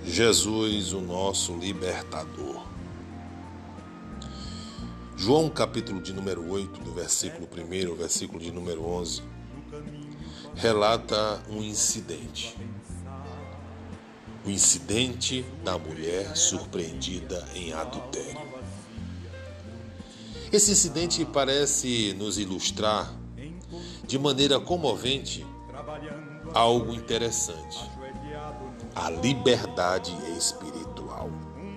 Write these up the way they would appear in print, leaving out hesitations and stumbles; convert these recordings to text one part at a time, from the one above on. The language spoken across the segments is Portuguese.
Jesus, o nosso libertador. João, capítulo de número 8, do versículo 1 ao versículo de número 11, relata um incidente. O incidente da mulher surpreendida em adultério. Esse incidente parece nos ilustrar de maneira comovente algo interessante: a liberdade espiritual.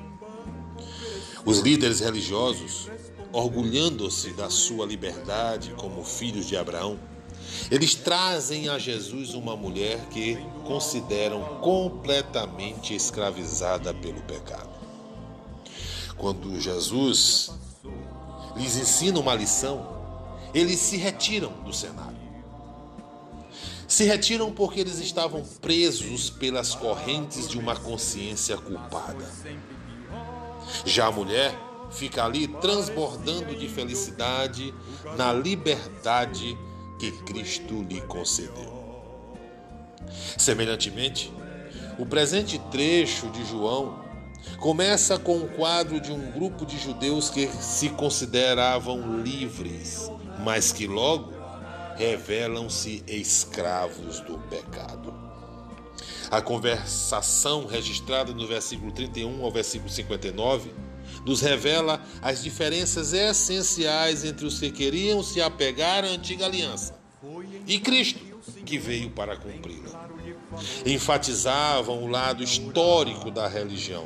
Os líderes religiosos, orgulhando-se da sua liberdade como filhos de Abraão, eles trazem a Jesus uma mulher que consideram completamente escravizada pelo pecado. Quando Jesus lhes ensina uma lição, eles se retiram do cenário. Se retiram porque eles estavam presos pelas correntes de uma consciência culpada. Já a mulher fica ali transbordando de felicidade na liberdade que Cristo lhe concedeu. Semelhantemente, o presente trecho de João começa com um quadro de um grupo de judeus que se consideravam livres, mas que logo revelam-se escravos do pecado. A conversação registrada no versículo 31 ao versículo 59 nos revela as diferenças essenciais entre os que queriam se apegar à antiga aliança e Cristo, que veio para cumpri-la. Enfatizavam o lado histórico da religião.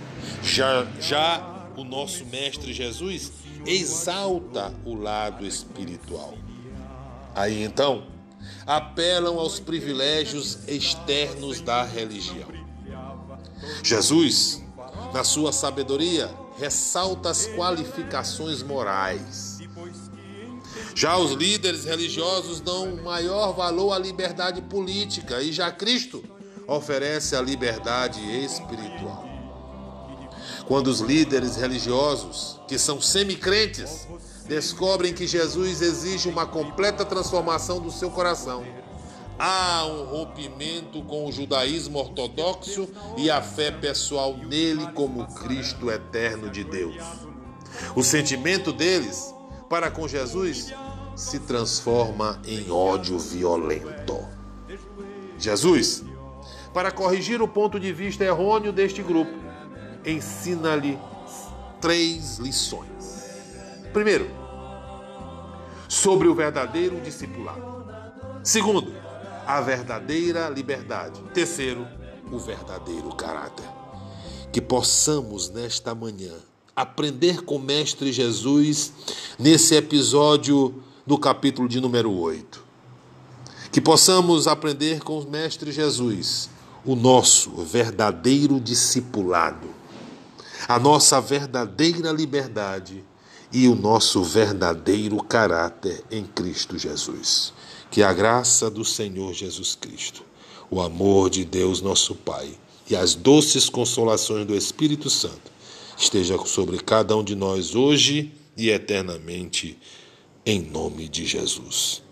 Já o nosso Mestre Jesus exalta o lado espiritual. Aí então, apelam aos privilégios externos da religião. Jesus, na sua sabedoria, ressalta as qualificações morais. Já os líderes religiosos dão maior valor à liberdade política e já Cristo oferece a liberdade espiritual. Quando os líderes religiosos, que são semicrentes, descobrem que Jesus exige uma completa transformação do seu coração, há um rompimento com o judaísmo ortodoxo e a fé pessoal nele como Cristo eterno de Deus. O sentimento deles para com Jesus se transforma em ódio violento. Jesus, para corrigir o ponto de vista errôneo deste grupo, ensina-lhe 3 lições. Primeiro, sobre o verdadeiro discipulado. Segundo, a verdadeira liberdade. Terceiro, o verdadeiro caráter. Que possamos nesta manhã aprender com o Mestre Jesus nesse episódio do capítulo de número 8. Que possamos aprender com o Mestre Jesus o nosso verdadeiro discipulado, a nossa verdadeira liberdade e o nosso verdadeiro caráter em Cristo Jesus. Que a graça do Senhor Jesus Cristo, o amor de Deus nosso Pai e as doces consolações do Espírito Santo esteja sobre cada um de nós hoje e eternamente, em nome de Jesus.